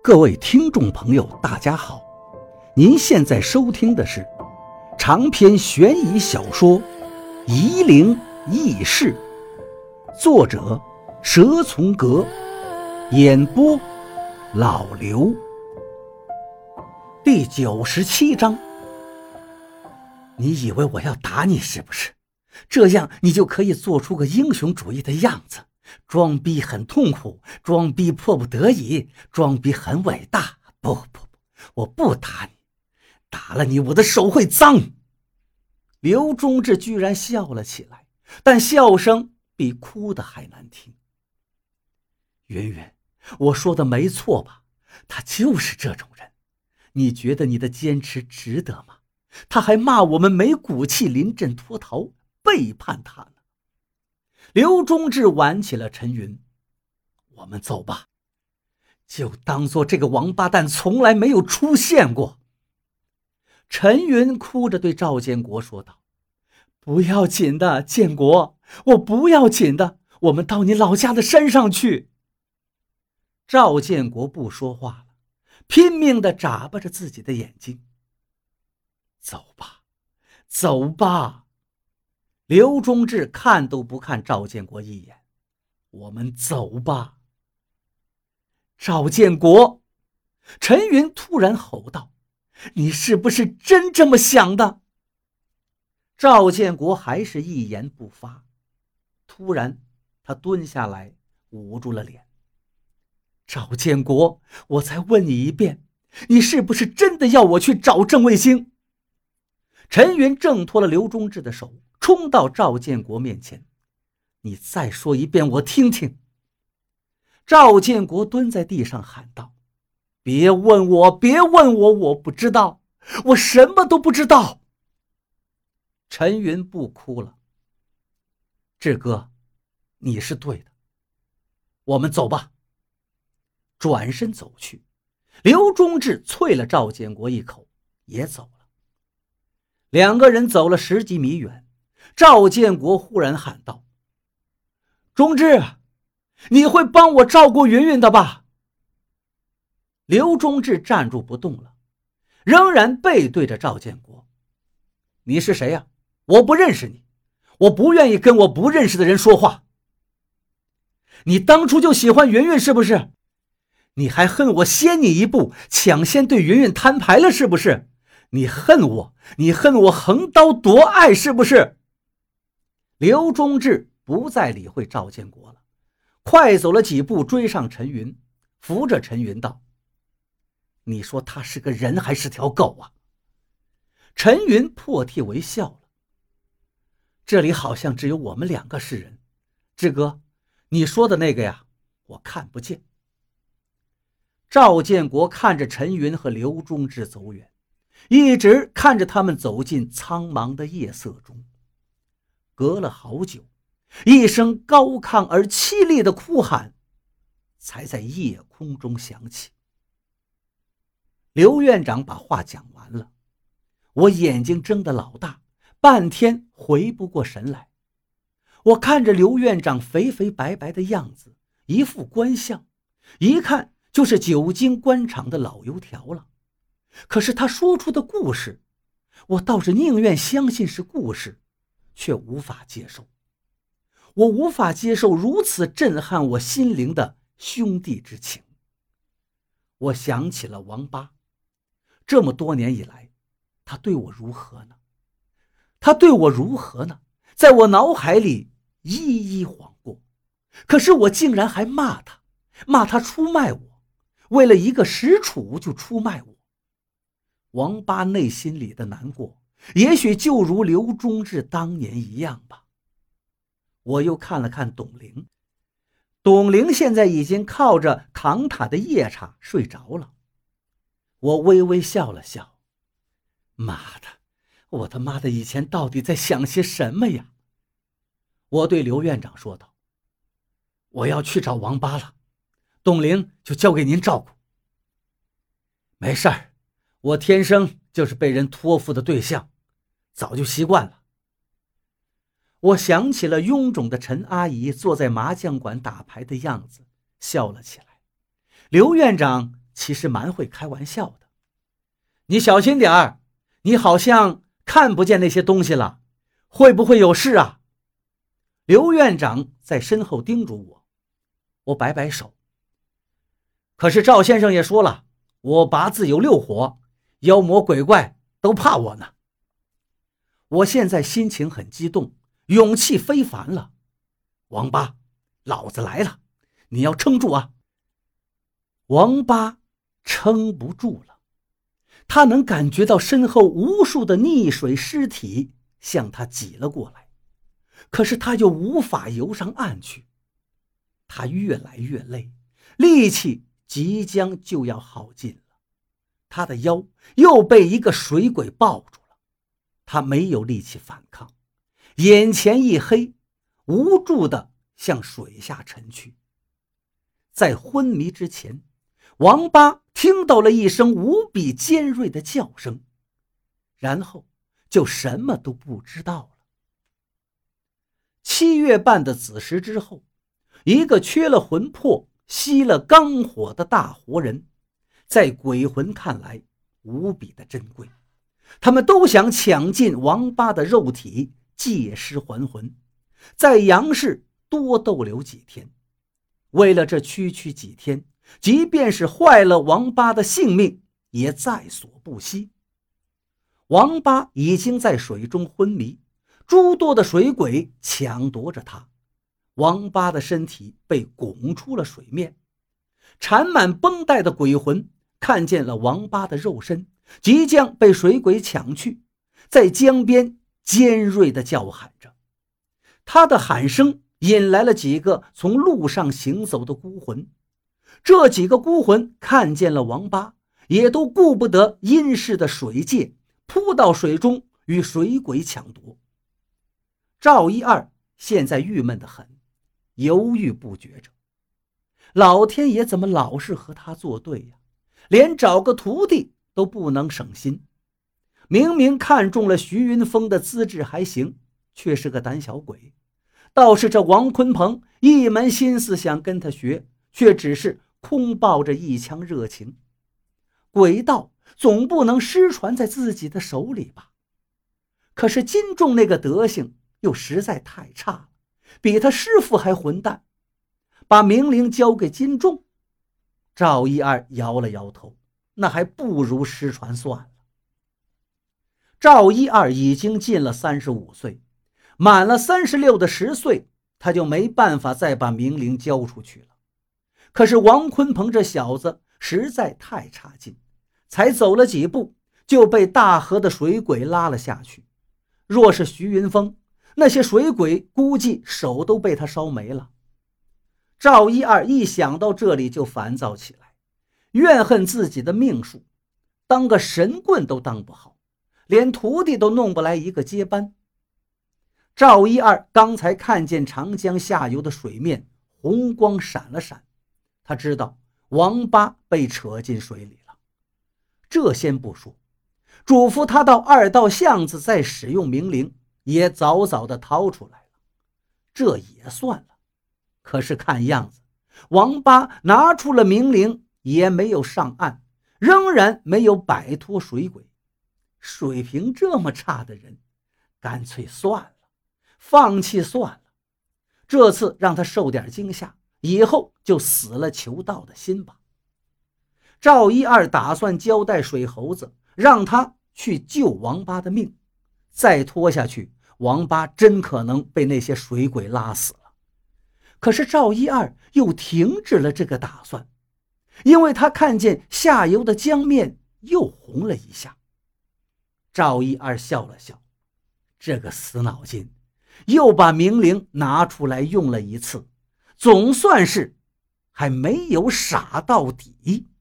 各位听众朋友大家好，您现在收听的是长篇悬疑小说《夷陵轶事》，作者蛇从阁，演播老刘。第97章。你以为我要打你是不是？这样你就可以做出个英雄主义的样子，装逼很痛苦，装逼迫不得已，装逼很伟大。不，我不打你，打了你我的手会脏。刘忠志居然笑了起来，但笑声比哭的还难听。圆圆，我说的没错吧？他就是这种人，你觉得你的坚持值得吗？他还骂我们没骨气，临阵脱逃，背叛他呢。刘忠志挽起了陈云，我们走吧，就当做这个王八蛋从来没有出现过。陈云哭着对赵建国说道，不要紧的，建国，我不要紧的，我们到你老家的山上去。赵建国不说话了，拼命地眨巴着自己的眼睛。走吧，走吧。刘忠志看都不看赵建国一眼，我们走吧。赵建国，陈云突然吼道，你是不是真这么想的？赵建国还是一言不发，突然他蹲下来捂住了脸。赵建国，我再问你一遍，你是不是真的要我去找郑卫星？陈云挣脱了刘忠志的手，冲到赵建国面前，你再说一遍我听听。赵建国蹲在地上喊道，别问我，别问我，我不知道，我什么都不知道。陈云不哭了，志哥，你是对的，我们走吧。转身走去，刘忠志啐了赵建国一口，也走了。两个人走了10几米远，赵建国忽然喊道，忠志，你会帮我照顾云云的吧？刘忠志站住不动了，仍然背对着赵建国。你是谁呀？我不认识你，我不愿意跟我不认识的人说话。你当初就喜欢云云是不是？你还恨我先你一步，抢先对云云摊牌了是不是？你恨我，你恨我横刀夺爱是不是？刘忠志不再理会赵建国了，快走了几步追上陈云，扶着陈云道，你说他是个人还是条狗啊？陈云破涕为笑了，这里好像只有我们两个是人，志哥，你说的那个呀，我看不见。赵建国看着陈云和刘忠志走远，一直看着他们走进苍茫的夜色中。隔了好久，一声高亢而凄厉的哭喊才在夜空中响起。刘院长把话讲完了，我眼睛睁得老大，半天回不过神来。我看着刘院长肥肥白白的样子，一副官相，一看就是久经官场的老油条了。可是他说出的故事，我倒是宁愿相信是故事，却无法接受。我无法接受如此震撼我心灵的兄弟之情。我想起了王八，这么多年以来，他对我如何呢？他对我如何呢？在我脑海里一一晃过，可是我竟然还骂他，骂他出卖我，为了一个石杵就出卖我。王八内心里的难过，也许就如刘忠志当年一样吧。我又看了看董玲，董玲现在已经靠着扛塔的夜叉睡着了。我微微笑了笑，妈的，我他妈的以前到底在想些什么呀？我对刘院长说道，我要去找王八了，董玲就交给您照顾。没事儿，我天生就是被人托付的对象，早就习惯了。我想起了臃肿的陈阿姨坐在麻将馆打牌的样子，笑了起来。刘院长其实蛮会开玩笑的。你小心点儿，你好像看不见那些东西了，会不会有事啊？刘院长在身后叮嘱我。我摆摆手。可是赵先生也说了，我八字有6火，妖魔鬼怪都怕我呢。我现在心情很激动，勇气非凡了。王八，老子来了，你要撑住啊！王八撑不住了，他能感觉到身后无数的溺水尸体向他挤了过来，可是他又无法游上岸去。他越来越累，力气即将就要耗尽了，他的腰又被一个水鬼抱住了，他没有力气反抗，眼前一黑，无助地向水下沉去。在昏迷之前，王八听到了一声无比尖锐的叫声，然后就什么都不知道了。7月半的子时之后，一个缺了魂魄、熄了罡火的大活人，在鬼魂看来无比的珍贵，他们都想抢进王八的肉体，借尸还魂，在杨氏多逗留几天。为了这区区几天，即便是坏了王八的性命，也在所不惜。王八已经在水中昏迷，诸多的水鬼抢夺着他，王八的身体被拱出了水面。缠满绷带的鬼魂看见了王八的肉身即将被水鬼抢去，在江边尖锐地叫喊着。他的喊声引来了几个从路上行走的孤魂，这几个孤魂看见了王八，也都顾不得阴世的水界，扑到水中与水鬼抢夺。赵一二现在郁闷得很，犹豫不决着。老天爷怎么老是和他作对呀？连找个徒弟都不能省心。明明看中了徐云峰的资质还行，却是个胆小鬼。倒是这王坤鹏一门心思想跟他学，却只是空抱着一腔热情。鬼道总不能失传在自己的手里吧？可是金仲那个德行又实在太差了，比他师傅还混蛋。把明灵交给金仲，赵一二摇了摇头，那还不如失传算了。赵一二已经进了35岁，满了36的10岁，他就没办法再把明灵交出去了。可是王坤鹏这小子实在太差劲，才走了几步就被大河的水鬼拉了下去。若是徐云峰，那些水鬼估计手都被他烧没了。赵一二一想到这里就烦躁起来，怨恨自己的命数，当个神棍都当不好，连徒弟都弄不来一个接班。赵一二刚才看见长江下游的水面红光闪了闪，他知道王八被扯进水里了。这先不说，嘱咐他到2道巷子再使用明灵，也早早的逃出来了，这也算了。可是看样子王八拿出了明灵也没有上岸，仍然没有摆脱水鬼。水平这么差的人，干脆算了，放弃算了。这次让他受点惊吓，以后就死了求道的心吧。赵一二打算交代水猴子，让他去救王八的命，再拖下去，王八真可能被那些水鬼拉死了。可是赵一二又停止了这个打算，因为他看见下游的江面又红了一下。赵一二笑了笑，这个死脑筋又把明灵拿出来用了一次，总算是还没有傻到底。